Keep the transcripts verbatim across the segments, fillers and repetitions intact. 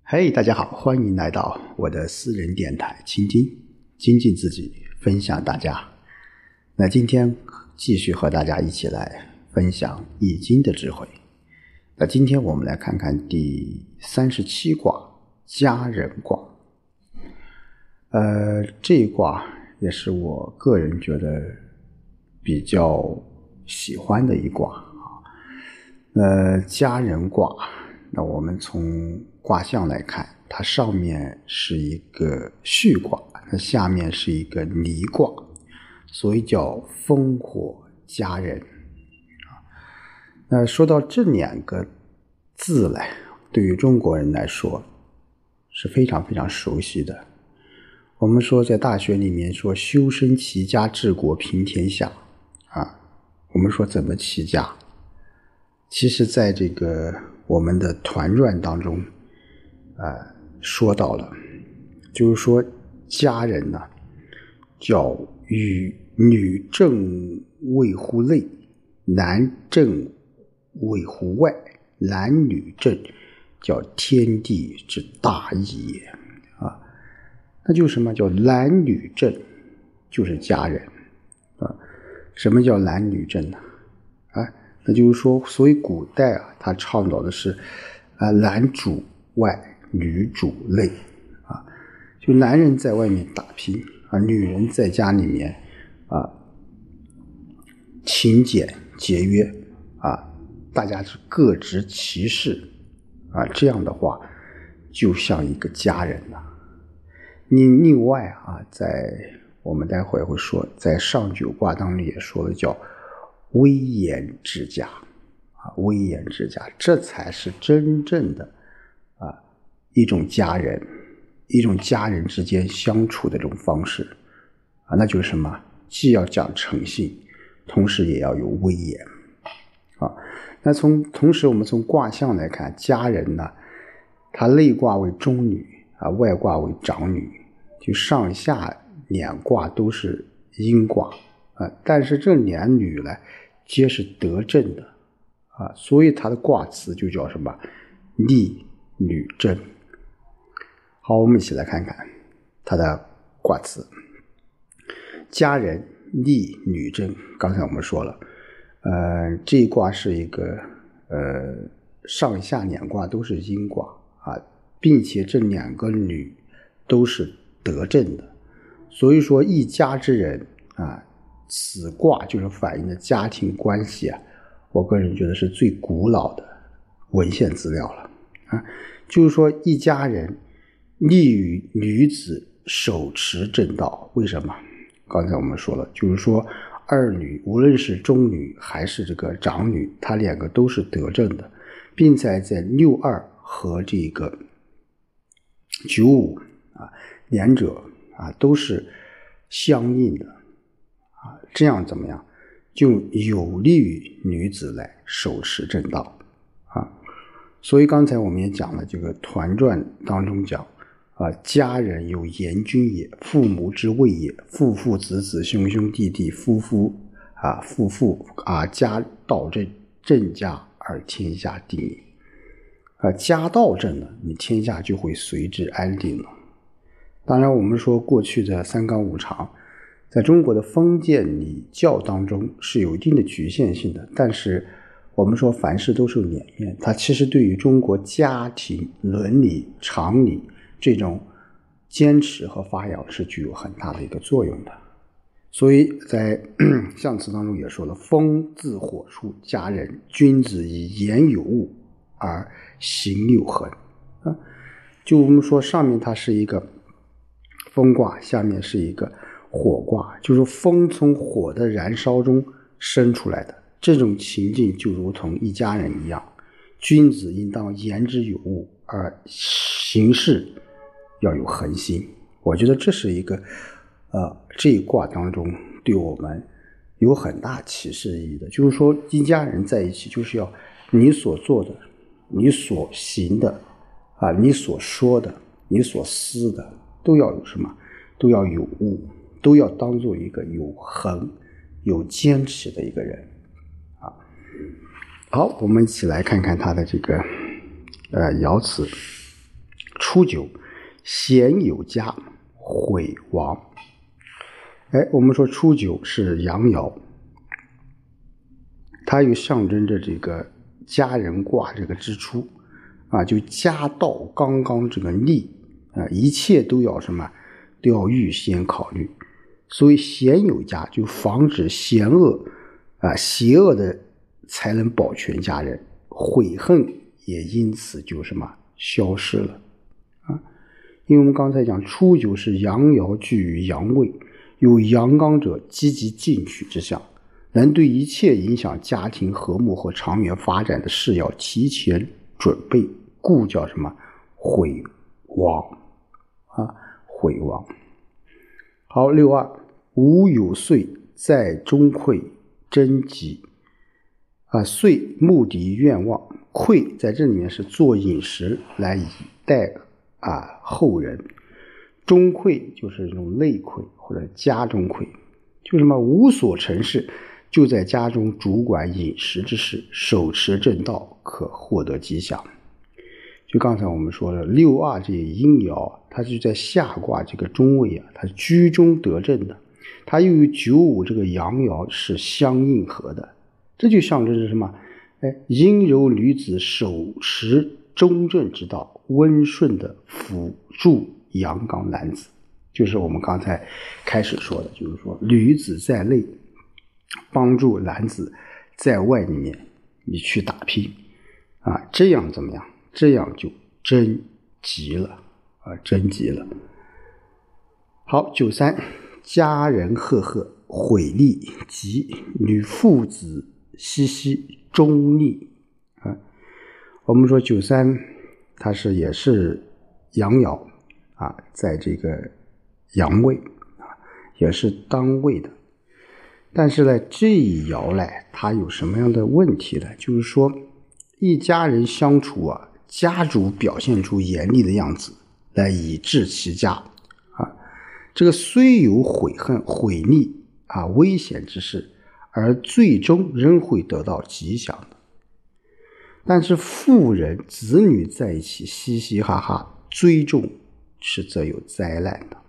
嘿、hey, 大家好，欢迎来到我的私人电台倾听，精进自己，分享大家。那今天继续和大家一起来分享易经的智慧。那今天我们来看看第三十七卦家人卦。呃，这一卦也是我个人觉得比较喜欢的一卦啊。呃，家人卦，那我们从卦象来看，它上面是一个巽卦，它下面是一个离卦，所以叫烽火家人。那说到这两个字来，对于中国人来说是非常非常熟悉的。我们说在大学里面说修身齐家治国平天下啊，我们说怎么齐家？其实在这个我们的团传当中呃，说到了，就是说家人呢、啊，叫与女正位乎内，男正位乎外，男女正叫天地之大义也啊。那就是什么叫男女正，就是家人啊。什么叫男女正呢？啊，那就是说，所以古代啊，他倡导的是啊，男主外，女主内啊，就男人在外面打拼啊，女人在家里面啊，勤俭节约啊，大家是各执其事啊，这样的话就像一个家人了。你另外啊，在我们待会儿会说，在上九卦当中也说了叫威严之家啊，威严之家，这才是真正的啊一种家人，一种家人之间相处的这种方式啊，那就是什么？既要讲诚信，同时也要有威严啊。那从同时我们从卦象来看，家人呢，它内卦为中女啊，外卦为长女，就上下两卦都是阴卦啊，但是这两女呢，皆是得正的啊，所以它的卦辞就叫什么？逆女正。好，我们一起来看看它的卦辞。家人逆女正，刚才我们说了，呃，这一卦是一个呃上下两卦都是阴卦啊，并且这两个女都是得正的，所以说一家之人啊，此卦就是反映的家庭关系啊，我个人觉得是最古老的文献资料了啊，就是说一家人利于女子手持正道。为什么？刚才我们说了，就是说二女无论是中女还是这个长女，她两个都是得正的，并且在六二和这个九五啊，两者啊都是相应的啊，这样怎么样？就有利于女子来手持正道啊。所以刚才我们也讲了，这个团传当中讲啊，家人有严君也，父母之谓也，父父子子兄兄弟弟夫夫啊，父父啊，家道正，正家而天下定也啊，家道正了，你天下就会随之安定了。当然我们说过去的三纲五常在中国的封建礼教当中是有一定的局限性的，但是我们说凡事都是两面，它其实对于中国家庭伦理常理这种坚持和发扬是具有很大的一个作用的。所以在象辞当中也说了，风自火出，家人君子以言有物而行有恒啊。就我们说上面它是一个风卦，下面是一个火卦，就是风从火的燃烧中生出来的，这种情境就如同一家人一样，君子应当言之有物，而行事要有恒心。我觉得这是一个呃这一卦当中对我们有很大启示意义的，就是说一家人在一起，就是要你所做的，你所行的啊，你所说的，你所思的，都要有什么？都要有物，都要当做一个有恒、有坚持的一个人啊。好，我们一起来看看他的这个呃爻辞。 初九，咸有家，毁亡。哎，我们说初九是阳爻，它又象征着这个家人卦这个之初啊，就家道刚刚这个立啊，一切都要什么，都要预先考虑。所以咸有家就防止险恶啊，邪恶的才能保全家人，悔恨也因此就什么消失了啊。因为我们刚才讲初九是阳爻居于阳位，有阳刚者积极进取之象，能对一切影响家庭和睦和长远发展的事要提前准备，故叫什么毁亡啊，毁亡。好，六二，无有岁，在中馈，贞吉啊，岁目的愿望，馈在这里面是做饮食来以待啊后人，中馈就是这种内馈或者家中馈，就什么无所成事，就在家中主管饮食之事，手持正道，可获得吉祥。就刚才我们说了，六二这些阴爻，它就在下卦这个中位啊，它居中得正的，它又与九五这个阳爻是相应合的，这就象征着什么？哎，阴柔女子手持中正之道，温顺的辅助阳刚男子，就是我们刚才开始说的，就是说女子在内帮助男子在外里面你去打拼啊，这样怎么样？这样就贞吉了啊，贞吉了。好，九三，家人赫赫，毁利吉，女父子熙熙，中立啊。我们说九三它是也是阳爻啊，在这个阳位啊，也是当位的。但是呢，这一爻呢，它有什么样的问题呢？就是说，一家人相处啊，家主表现出严厉的样子来以治其家啊，这个虽有悔恨、毁逆啊危险之事，而最终仍会得到吉祥的。但是妇人子女在一起嘻嘻哈哈追重，是则有灾难的。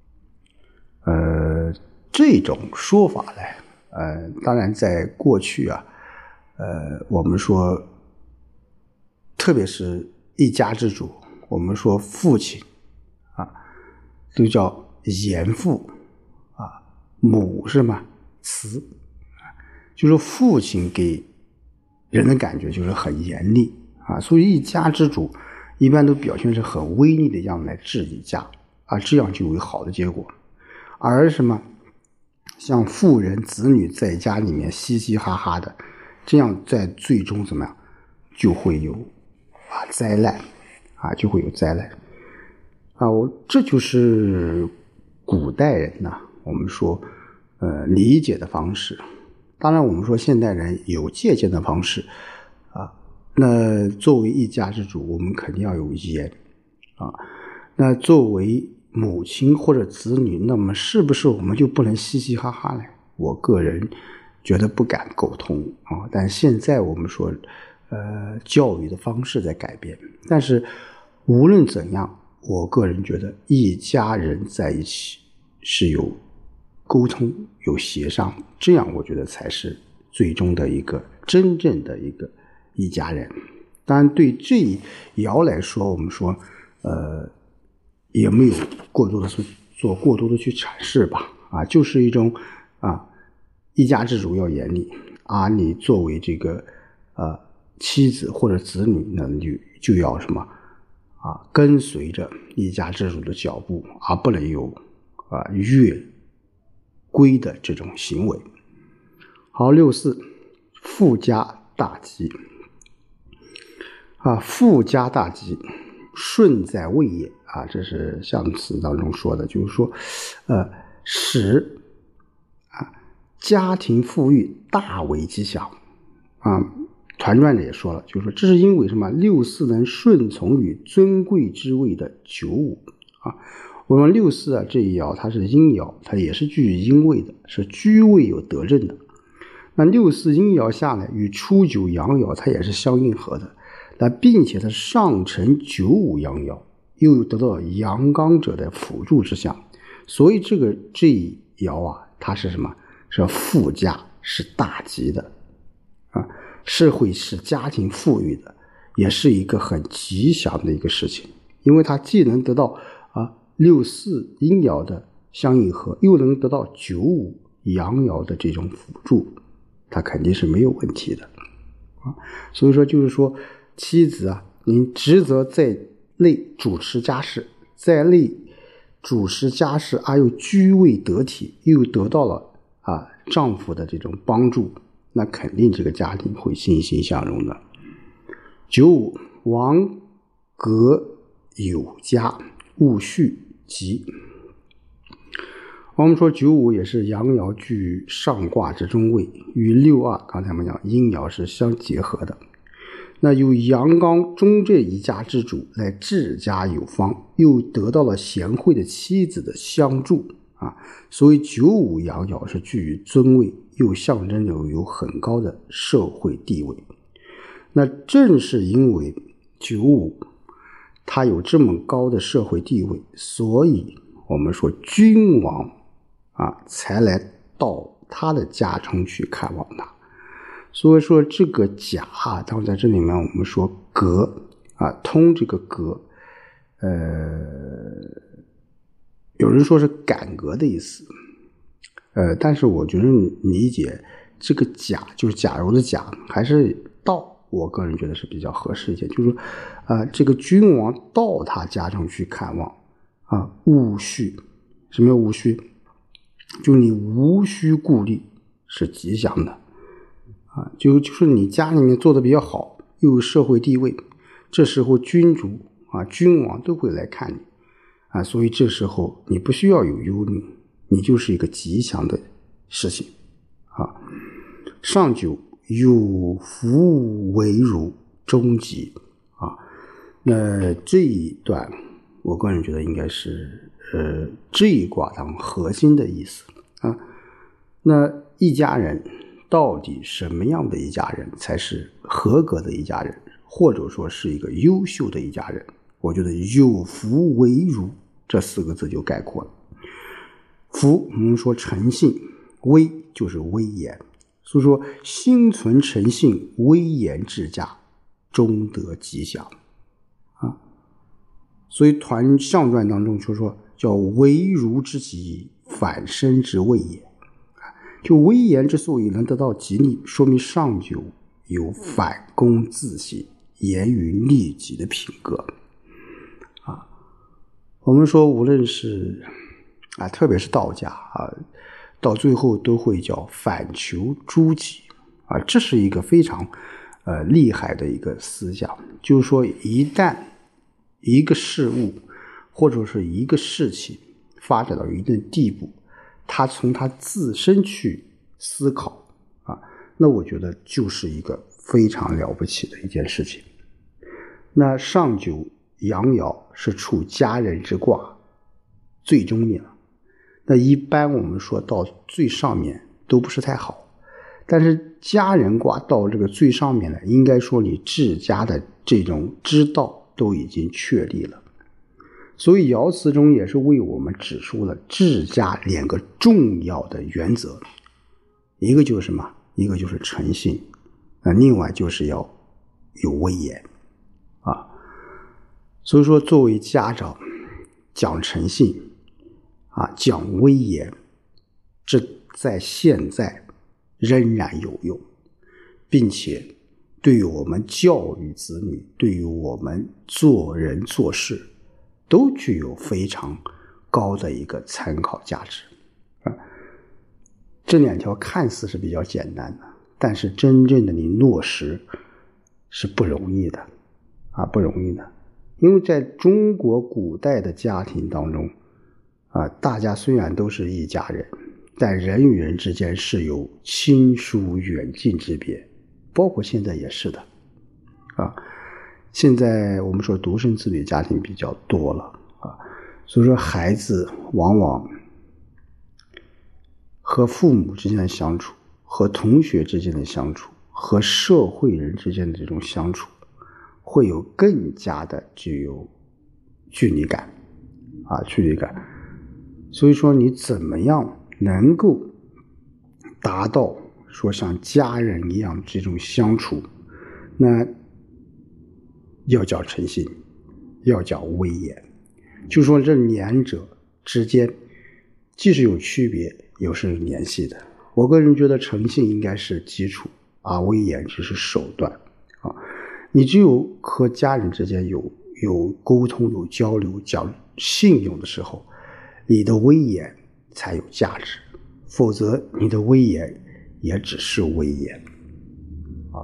呃，这种说法呢，呃，当然在过去啊，呃，我们说。特别是一家之主，我们说父亲啊，都叫严父啊，母是嘛慈，就说父亲给人的感觉就是很严厉啊，所以一家之主一般都表现是很威厉的样子来治理家啊，这样就有好的结果。而什么像妇人子女在家里面嘻嘻哈哈的，这样在最终怎么样就会有啊，灾难啊，就会有灾难啊！我这就是古代人呐、啊，我们说呃理解的方式。当然，我们说现代人有借鉴的方式啊。那作为一家之主，我们肯定要有严啊。那作为母亲或者子女，那么是不是我们就不能嘻嘻哈哈呢？我个人觉得不敢苟同啊。但现在我们说。呃，教育的方式在改变，但是无论怎样，我个人觉得一家人在一起是有沟通、有协商，这样我觉得才是最终的一个真正的一个一家人。当然，对这一爻来说，我们说，呃，也没有过多的去做过多的去阐释吧，啊，就是一种啊，一家之主要严厉啊，你作为这个呃。妻子或者子女呢，就就要什么啊，跟随着一家之主的脚步，而不能有啊越规的这种行为。好，六四，富家大吉啊，富家大吉，顺在位也啊，这是象辞当中说的，就是说，呃，使啊家庭富裕大为吉祥啊。团传者也说了，就是说这是因为什么？六四能顺从于尊贵之位的九五啊。我们六四啊这一爻它是阴爻，它也是居于阴位的，是居位有得正的。那六四阴爻下来与初九阳爻它也是相应合的，那并且它上承九五阳爻又得到阳刚者的辅助之相，所以这个这一爻啊，它是什么？是富家，是大吉的啊，是会使家庭富裕的，也是一个很吉祥的一个事情，因为它既能得到啊六四阴爻的相应合，又能得到九五阳爻的这种辅助，它肯定是没有问题的啊。所以说就是说，妻子啊，您职责在内主持家事，在内主持家事而又居位得体，又得到了啊丈夫的这种帮助，那肯定这个家庭会欣欣向荣的。九五王革有家，戊戌吉。我们说九五也是阳爻居上卦之中位，与六二刚才我们讲阴爻是相结合的。那有阳刚中这一家之主来治家有方，又得到了贤惠的妻子的相助啊，所以九五阳爻是居于尊位，又象征着有很高的社会地位。那正是因为九五他有这么高的社会地位，所以我们说君王啊才来到他的家中去看望他。所以说这个甲啊，当然在这里面我们说革啊，通这个革，呃，有人说是改革的意思，呃，但是我觉得理解这个甲就是假如的甲，还是到，我个人觉得是比较合适一些，就是说，啊、呃，这个君王到他家中去看望啊，戊戌，什么叫戊戌？就你无需顾虑，是吉祥的。啊，就就是你家里面做的比较好，又有社会地位，这时候君主啊、君王都会来看你啊，所以这时候你不需要有忧虑，你就是一个吉祥的事情啊。上九有福为汝，终吉啊。那这一段我个人觉得应该是呃这一卦当核心的意思啊。那一家人到底什么样的一家人才是合格的一家人，或者说是一个优秀的一家人？我觉得有福为汝这四个字就概括了。福我们说诚信，威就是威严，所以说心存诚信，威严治家，终得吉祥啊。所以团象传当中就说叫为汝之吉，反身之谓也。就威严之所以能得到吉利，说明上九有反躬自省、严于律己的品格啊。我们说无论是啊，特别是道家啊，到最后都会叫反求诸己啊，这是一个非常呃厉害的一个思想。就是说，一旦一个事物或者是一个事情发展到一定地步，他从他自身去思考啊，那我觉得就是一个非常了不起的一件事情。那上九阳爻是处家人之卦最中面，那一般我们说到最上面都不是太好，但是家人卦到这个最上面呢，应该说你治家的这种之道都已经确立了。所以爻辞中也是为我们指出了治家两个重要的原则，一个就是什么？一个就是诚信，那另外就是要有威严啊。所以说作为家长讲诚信啊，讲威严，这在现在仍然有用，并且对于我们教育子女，对于我们做人做事都具有非常高的一个参考价值啊。这两条看似是比较简单的，但是真正的你落实是不容易的啊，不容易的。因为在中国古代的家庭当中啊，大家虽然都是一家人，但人与人之间是有亲疏远近之别，包括现在也是的啊。现在我们说独生子女家庭比较多了啊，所以说孩子往往和父母之间的相处，和同学之间的相处，和社会人之间的这种相处，会有更加的具有距离感啊，距离感。所以说你怎么样能够达到说像家人一样这种相处，那要讲诚信，要讲威严，就说这两者之间既是有区别又是联系的。我个人觉得诚信应该是基础啊，威严只是手段啊。你只有和家人之间有有沟通有交流讲信用的时候，你的威严才有价值，否则你的威严也只是威严啊。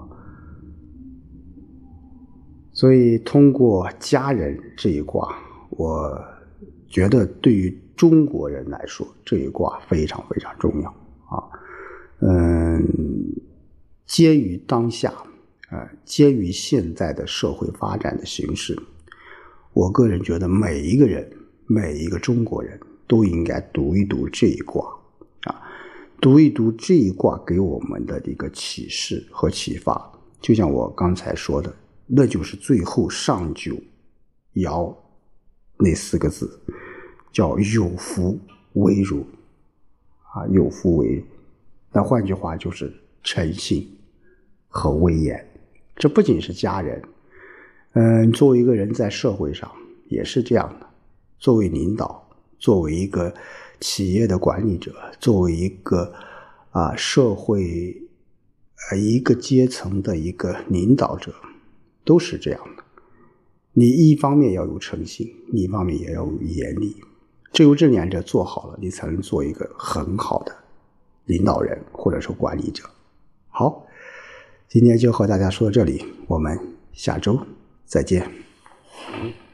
所以通过家人这一卦，我觉得对于中国人来说，这一卦非常非常重要啊。嗯，鉴于当下呃，鉴于现在的社会发展的形势，我个人觉得每一个人每一个中国人都应该读一读这一卦啊，读一读这一卦给我们的一个启示和启发。就像我刚才说的，那就是最后上九爻那四个字，叫有福为辱啊，有福为辱。那换句话就是诚信和威严。这不仅是家人，嗯，作为一个人在社会上也是这样的。作为领导，作为一个企业的管理者，作为一个啊社会呃一个阶层的一个领导者，都是这样的。你一方面要有诚信，另一方面也要有严厉，只有这两者做好了，你才能做一个很好的领导人或者说管理者。好，今天就和大家说到这里，我们下周再见。